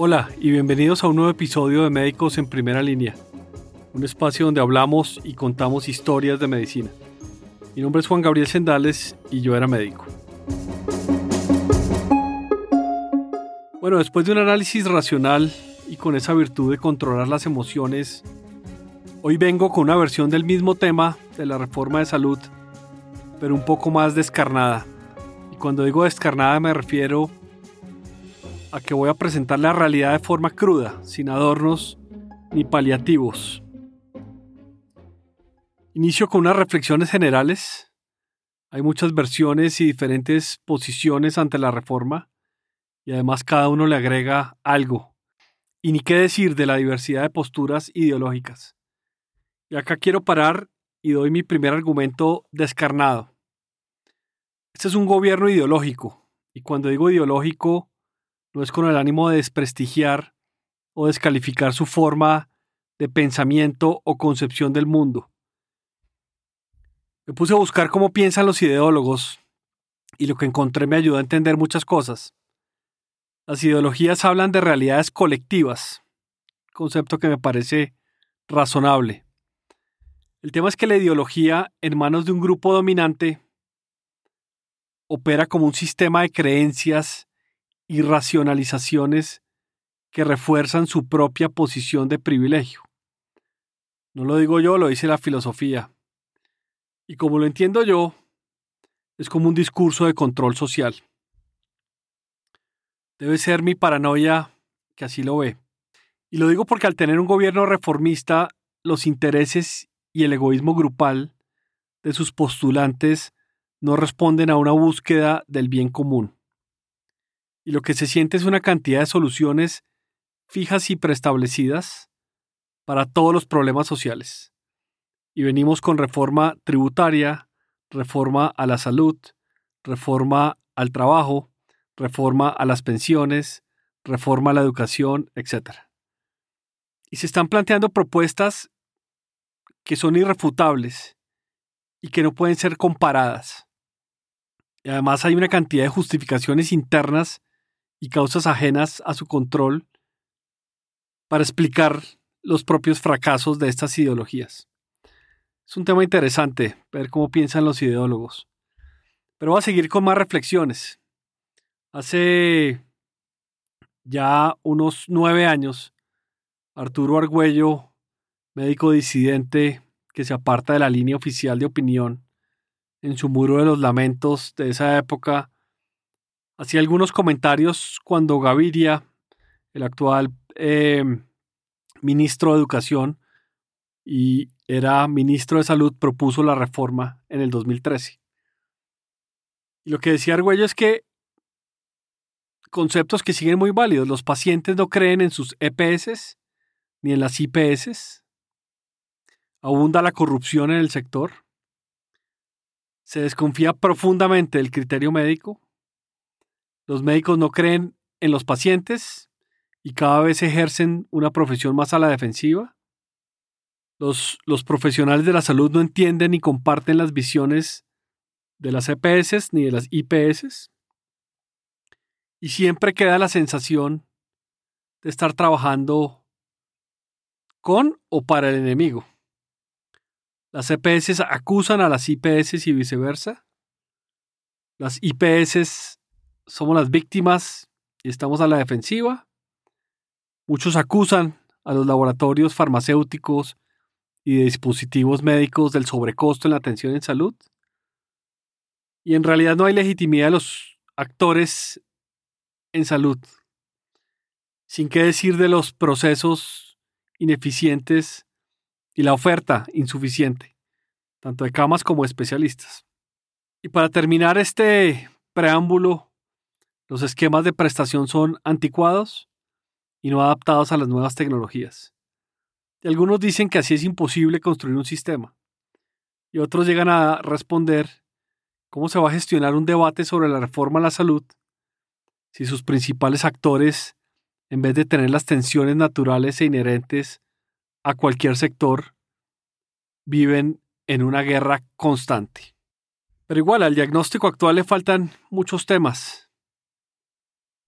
Hola y bienvenidos a un nuevo episodio de Médicos en Primera Línea, un espacio donde hablamos y contamos historias de medicina. Mi nombre es Juan Gabriel Sendales y yo era médico. Bueno, después de un análisis racional y con esa virtud de controlar las emociones, hoy vengo con una versión del mismo tema de la reforma de salud, pero un poco más descarnada. Y cuando digo descarnada me refiero a que voy a presentar la realidad de forma cruda, sin adornos ni paliativos. Inicio con unas reflexiones generales. Hay muchas versiones y diferentes posiciones ante la reforma, y además cada uno le agrega algo. Y ni qué decir de la diversidad de posturas ideológicas. Y acá quiero parar y doy mi primer argumento descarnado. Este es un gobierno ideológico, y cuando digo ideológico, no es con el ánimo de desprestigiar o descalificar su forma de pensamiento o concepción del mundo. Me puse a buscar cómo piensan los ideólogos y lo que encontré me ayudó a entender muchas cosas. Las ideologías hablan de realidades colectivas, concepto que me parece razonable. El tema es que la ideología en manos de un grupo dominante opera como un sistema de creencias y racionalizaciones que refuerzan su propia posición de privilegio. No lo digo yo, lo dice la filosofía. Y como lo entiendo yo, es como un discurso de control social. Debe ser mi paranoia que así lo ve. Y lo digo porque al tener un gobierno reformista, los intereses y el egoísmo grupal de sus postulantes no responden a una búsqueda del bien común. Y lo que se siente es una cantidad de soluciones fijas y preestablecidas para todos los problemas sociales. Y venimos con reforma tributaria, reforma a la salud, reforma al trabajo, reforma a las pensiones, reforma a la educación, etc. Y se están planteando propuestas que son irrefutables y que no pueden ser comparadas. Y además hay una cantidad de justificaciones internas y causas ajenas a su control para explicar los propios fracasos de estas ideologías. Es un tema interesante ver cómo piensan los ideólogos. Pero voy a seguir con más reflexiones. Hace ya unos 9 años, Arturo Argüello, médico disidente que se aparta de la línea oficial de opinión, en su muro de los lamentos de esa época, hacía algunos comentarios cuando Gaviria, el actual ministro de Educación y era ministro de Salud, propuso la reforma en el 2013. Y lo que decía Argüello es que conceptos que siguen muy válidos. Los pacientes no creen en sus EPS ni en las IPS. Abunda la corrupción en el sector. Se desconfía profundamente del criterio médico. Los médicos no creen en los pacientes y cada vez ejercen una profesión más a la defensiva. Los profesionales de la salud no entienden ni comparten las visiones de las EPS ni de las IPS. Y siempre queda la sensación de estar trabajando con o para el enemigo. Las EPS acusan a las IPS y viceversa. Las IPS somos las víctimas y estamos a la defensiva. Muchos acusan a los laboratorios farmacéuticos y de dispositivos médicos del sobrecosto en la atención en salud. Y en realidad no hay legitimidad de los actores en salud. Sin qué decir de los procesos ineficientes y la oferta insuficiente, tanto de camas como de especialistas. Y para terminar este preámbulo, los esquemas de prestación son anticuados y no adaptados a las nuevas tecnologías. Y algunos dicen que así es imposible construir un sistema. Y otros llegan a responder cómo se va a gestionar un debate sobre la reforma a la salud si sus principales actores, en vez de tener las tensiones naturales e inherentes a cualquier sector, viven en una guerra constante. Pero igual, al diagnóstico actual le faltan muchos temas.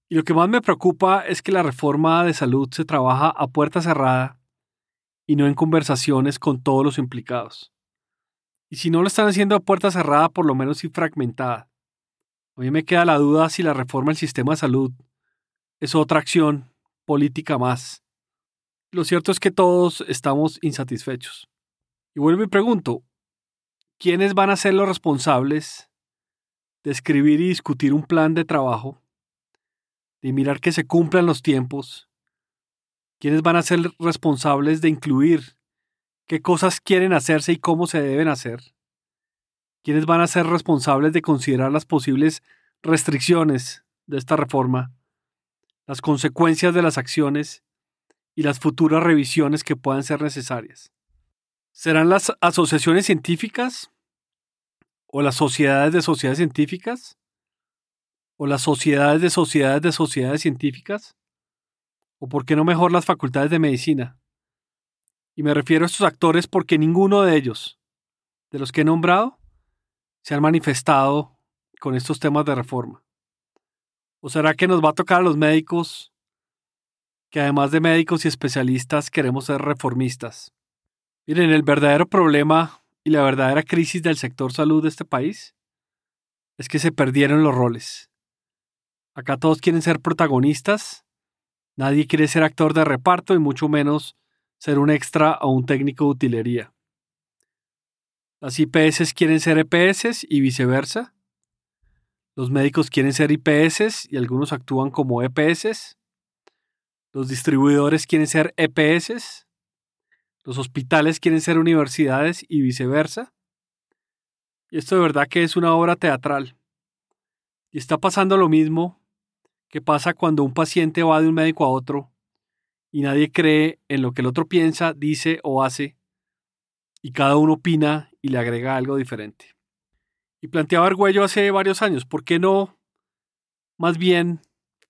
Y lo que más me preocupa es que la reforma de salud se trabaja a puerta cerrada y no en conversaciones con todos los implicados. Y si no lo están haciendo a puerta cerrada, por lo menos sí fragmentada. A mí me queda la duda si la reforma del sistema de salud es otra acción política más. Lo cierto es que todos estamos insatisfechos. Y vuelvo y pregunto, ¿quiénes van a ser los responsables de escribir y discutir un plan de trabajo, de mirar que se cumplan los tiempos? ¿Quiénes van a ser responsables de incluir qué cosas quieren hacerse y cómo se deben hacer? ¿Quiénes van a ser responsables de considerar las posibles restricciones de esta reforma, las consecuencias de las acciones y las futuras revisiones que puedan ser necesarias? ¿Serán las asociaciones científicas o las sociedades de sociedades científicas o las sociedades de sociedades de sociedades científicas? ¿O por qué no mejor las facultades de medicina? Y me refiero a estos actores porque ninguno de ellos, de los que he nombrado, se han manifestado con estos temas de reforma. ¿O será que nos va a tocar a los médicos, que además de médicos y especialistas queremos ser reformistas? Miren, el verdadero problema y la verdadera crisis del sector salud de este país es que se perdieron los roles. Acá todos quieren ser protagonistas, nadie quiere ser actor de reparto y mucho menos ser un extra o un técnico de utilería. Las IPS quieren ser EPS y viceversa. Los médicos quieren ser IPS y algunos actúan como EPS. Los distribuidores quieren ser EPS. Los hospitales quieren ser universidades y viceversa. Y esto de verdad que es una obra teatral. Y está pasando lo mismo que pasa cuando un paciente va de un médico a otro y nadie cree en lo que el otro piensa, dice o hace, y cada uno opina y le agrega algo diferente. Y planteaba Argüello hace varios años, ¿por qué no más bien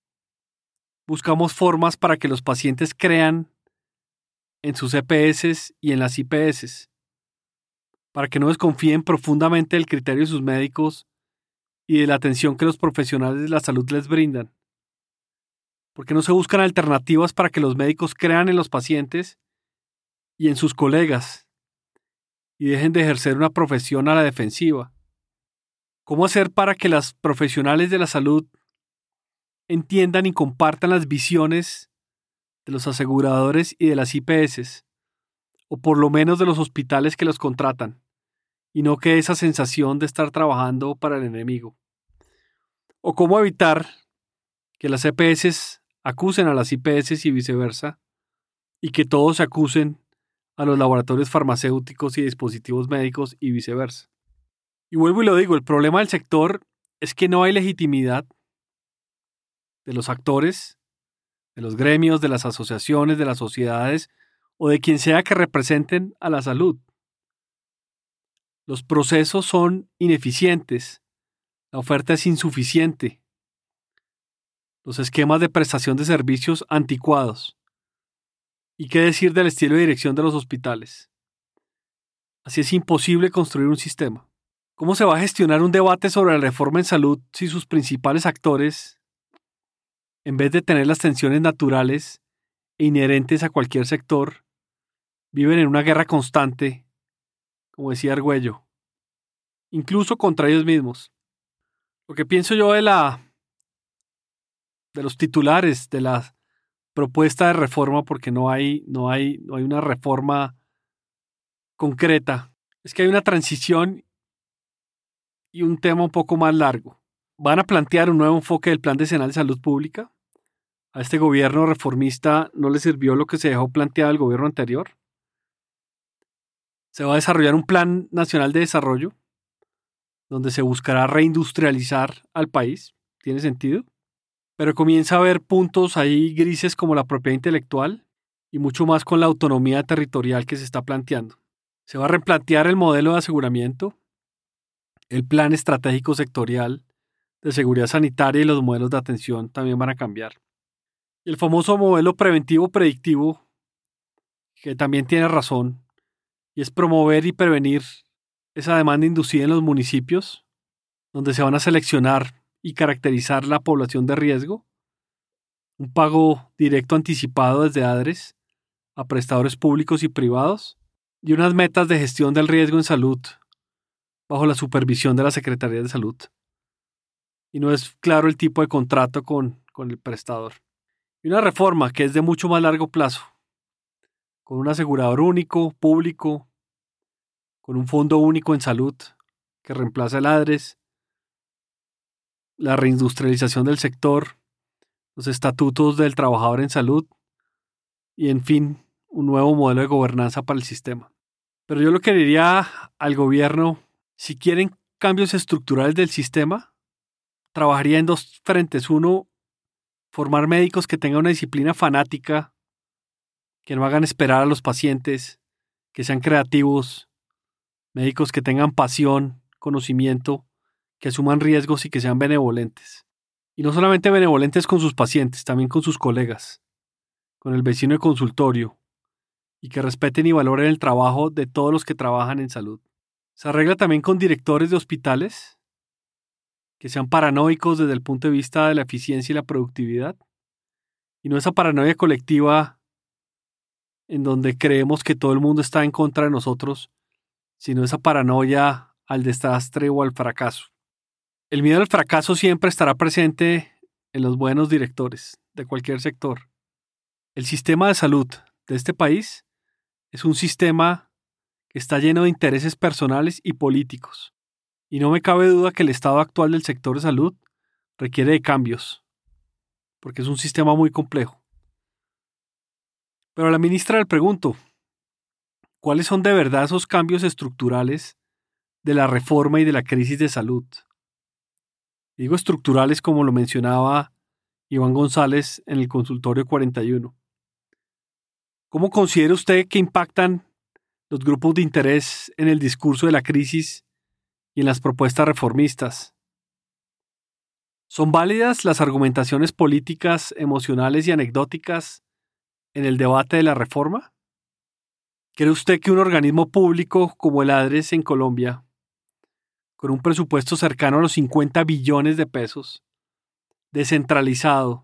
buscamos formas para que los pacientes crean en sus EPS y en las IPS? Para que no desconfíen profundamente del criterio de sus médicos y de la atención que los profesionales de la salud les brindan. ¿Por qué no se buscan alternativas para que los médicos crean en los pacientes y en sus colegas y dejen de ejercer una profesión a la defensiva? ¿Cómo hacer para que los profesionales de la salud entiendan y compartan las visiones de los aseguradores y de las IPS, o por lo menos de los hospitales que los contratan, y no quede esa sensación de estar trabajando para el enemigo? ¿O cómo evitar que las EPS acusen a las IPS y viceversa, y que todos se acusen a los laboratorios farmacéuticos y dispositivos médicos y viceversa? Y vuelvo y lo digo, el problema del sector es que no hay legitimidad de los actores, de los gremios, de las asociaciones, de las sociedades o de quien sea que representen a la salud. Los procesos son ineficientes, la oferta es insuficiente, los esquemas de prestación de servicios anticuados. ¿Y qué decir del estilo de dirección de los hospitales? Así es imposible construir un sistema. ¿Cómo se va a gestionar un debate sobre la reforma en salud si sus principales actores, en vez de tener las tensiones naturales e inherentes a cualquier sector, viven en una guerra constante, como decía Argüello, incluso contra ellos mismos? Lo que pienso yo de los titulares de la propuesta de reforma, porque no hay una reforma concreta, es que hay una transición y un tema un poco más largo. Van a plantear un nuevo enfoque del Plan Decenal de Salud Pública. A este gobierno reformista no le sirvió lo que se dejó planteado el gobierno anterior. Se va a desarrollar un Plan Nacional de Desarrollo, donde se buscará reindustrializar al país. ¿Tiene sentido? Pero comienza a haber puntos ahí grises como la propiedad intelectual y mucho más con la autonomía territorial que se está planteando. Se va a replantear el modelo de aseguramiento, el plan estratégico sectorial de seguridad sanitaria y los modelos de atención también van a cambiar. Y el famoso modelo preventivo predictivo, que también tiene razón, y es promover y prevenir esa demanda inducida en los municipios, donde se van a seleccionar y caracterizar la población de riesgo un pago directo anticipado desde ADRES a prestadores públicos y privados y unas metas de gestión del riesgo en salud bajo la supervisión de la Secretaría de Salud. Y no es claro el tipo de contrato con el prestador. Y una reforma que es de mucho más largo plazo, con un asegurador único, público, con un fondo único en salud que reemplaza el ADRES, la reindustrialización del sector, los estatutos del trabajador en salud y, en fin, un nuevo modelo de gobernanza para el sistema. Pero yo lo que diría al gobierno, si quieren cambios estructurales del sistema, trabajaría en dos frentes. Uno, formar médicos que tengan una disciplina fanática, que no hagan esperar a los pacientes, que sean creativos, médicos que tengan pasión, conocimiento, que asuman riesgos y que sean benevolentes. Y no solamente benevolentes con sus pacientes, también con sus colegas, con el vecino de consultorio, y que respeten y valoren el trabajo de todos los que trabajan en salud. Se arregla también con directores de hospitales que sean paranoicos desde el punto de vista de la eficiencia y la productividad, y no esa paranoia colectiva en donde creemos que todo el mundo está en contra de nosotros, sino esa paranoia al desastre o al fracaso. El miedo al fracaso siempre estará presente en los buenos directores de cualquier sector. El sistema de salud de este país es un sistema que está lleno de intereses personales y políticos. Y no me cabe duda que el estado actual del sector de salud requiere de cambios, porque es un sistema muy complejo. Pero a la ministra le pregunto, ¿cuáles son de verdad esos cambios estructurales de la reforma y de la crisis de salud? Digo estructurales como lo mencionaba Iván González en el consultorio 41. ¿Cómo considera usted que impactan los grupos de interés en el discurso de la crisis y en las propuestas reformistas? ¿Son válidas las argumentaciones políticas, emocionales y anecdóticas en el debate de la reforma? ¿Cree usted que un organismo público como el ADRES en Colombia, con un presupuesto cercano a los 50 billones de pesos, descentralizado,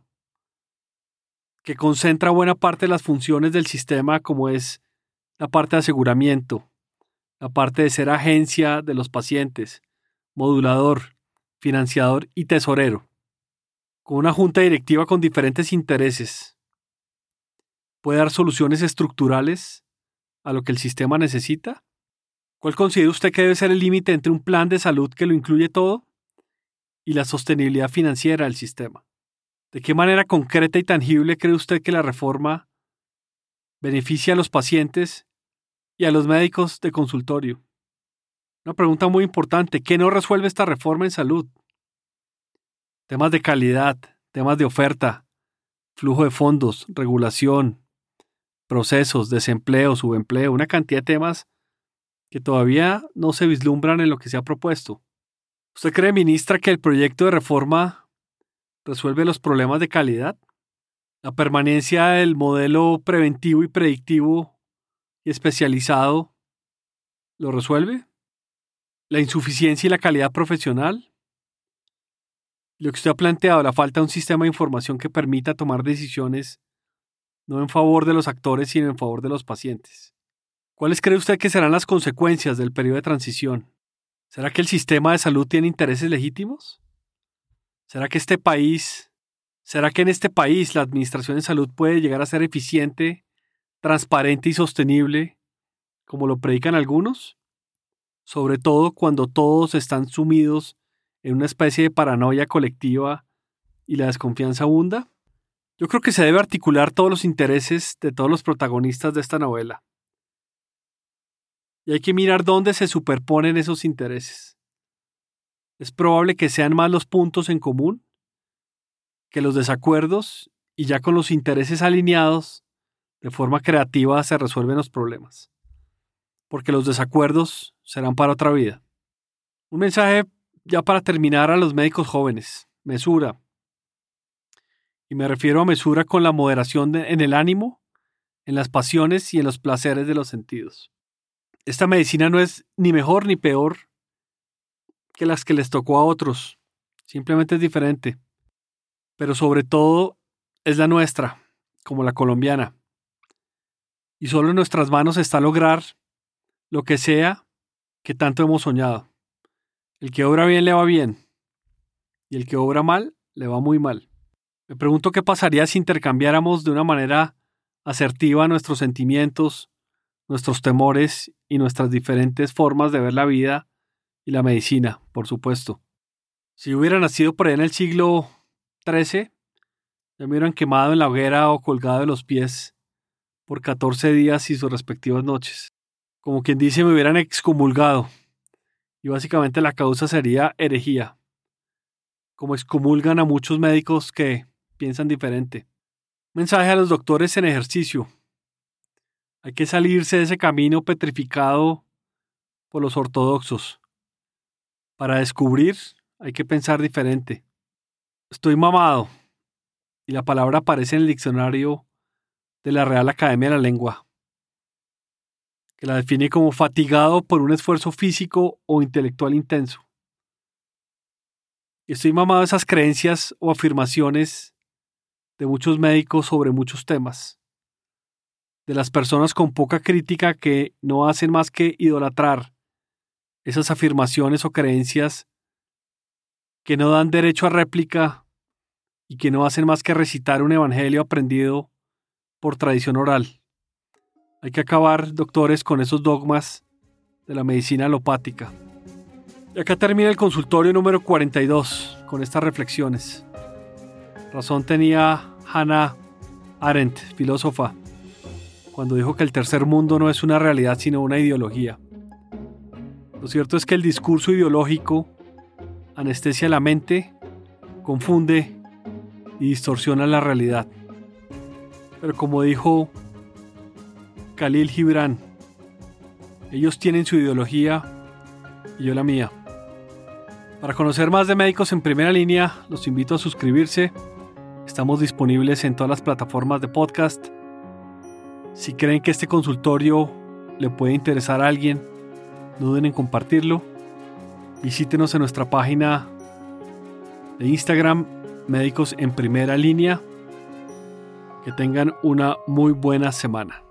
que concentra buena parte de las funciones del sistema como es la parte de aseguramiento, la parte de ser agencia de los pacientes, modulador, financiador y tesorero, con una junta directiva con diferentes intereses, puede dar soluciones estructurales a lo que el sistema necesita? ¿Cuál considera usted que debe ser el límite entre un plan de salud que lo incluye todo y la sostenibilidad financiera del sistema? ¿De qué manera concreta y tangible cree usted que la reforma beneficia a los pacientes y a los médicos de consultorio? Una pregunta muy importante, ¿qué no resuelve esta reforma en salud? Temas de calidad, temas de oferta, flujo de fondos, regulación, procesos, desempleo, subempleo, una cantidad de temas que todavía no se vislumbran en lo que se ha propuesto. ¿Usted cree, ministra, que el proyecto de reforma resuelve los problemas de calidad? ¿La permanencia del modelo preventivo y predictivo y especializado lo resuelve? ¿La insuficiencia y la calidad profesional? Lo que usted ha planteado, la falta de un sistema de información que permita tomar decisiones no en favor de los actores, sino en favor de los pacientes. ¿Cuáles cree usted que serán las consecuencias del periodo de transición? ¿Será que el sistema de salud tiene intereses legítimos? ¿Será que en este país la administración de salud puede llegar a ser eficiente, transparente y sostenible, como lo predican algunos? Sobre todo cuando todos están sumidos en una especie de paranoia colectiva y la desconfianza abunda. Yo creo que se debe articular todos los intereses de todos los protagonistas de esta novela. Y hay que mirar dónde se superponen esos intereses. Es probable que sean más los puntos en común que los desacuerdos, y ya con los intereses alineados, de forma creativa se resuelven los problemas. Porque los desacuerdos serán para otra vida. Un mensaje ya para terminar a los médicos jóvenes. Mesura. Y me refiero a mesura con la moderación en el ánimo, en las pasiones y en los placeres de los sentidos. Esta medicina no es ni mejor ni peor que las que les tocó a otros. Simplemente es diferente. Pero sobre todo es la nuestra, como la colombiana. Y solo en nuestras manos está lograr lo que sea que tanto hemos soñado. El que obra bien le va bien, y el que obra mal le va muy mal. Me pregunto qué pasaría si intercambiáramos de una manera asertiva nuestros sentimientos, nuestros temores y nuestras diferentes formas de ver la vida y la medicina, por supuesto. Si hubiera nacido por ahí en el siglo XIII, ya me hubieran quemado en la hoguera o colgado de los pies por 14 días y sus respectivas noches. Como quien dice, me hubieran excomulgado. Y básicamente la causa sería herejía. Como excomulgan a muchos médicos que piensan diferente. Mensaje a los doctores en ejercicio. Hay que salirse de ese camino petrificado por los ortodoxos. Para descubrir, hay que pensar diferente. Estoy mamado. Y la palabra aparece en el diccionario de la Real Academia de la Lengua, que la define como fatigado por un esfuerzo físico o intelectual intenso. Y estoy mamado de esas creencias o afirmaciones de muchos médicos sobre muchos temas. De las personas con poca crítica que no hacen más que idolatrar esas afirmaciones o creencias que no dan derecho a réplica y que no hacen más que recitar un evangelio aprendido por tradición oral. Hay que acabar, doctores, con esos dogmas de la medicina alopática. Y acá termina el consultorio número 42 con estas reflexiones. Razón tenía Hannah Arendt, filósofa, cuando dijo que el tercer mundo no es una realidad sino una ideología. Lo cierto es que el discurso ideológico anestesia la mente, confunde y distorsiona la realidad. Pero como dijo Khalil Gibran, ellos tienen su ideología y yo la mía. Para conocer más de Médicos en Primera Línea, los invito a suscribirse. Estamos disponibles en todas las plataformas de podcast. Si creen que este consultorio le puede interesar a alguien, no duden en compartirlo. Visítenos en nuestra página de Instagram, Médicos en Primera Línea. Que tengan una muy buena semana.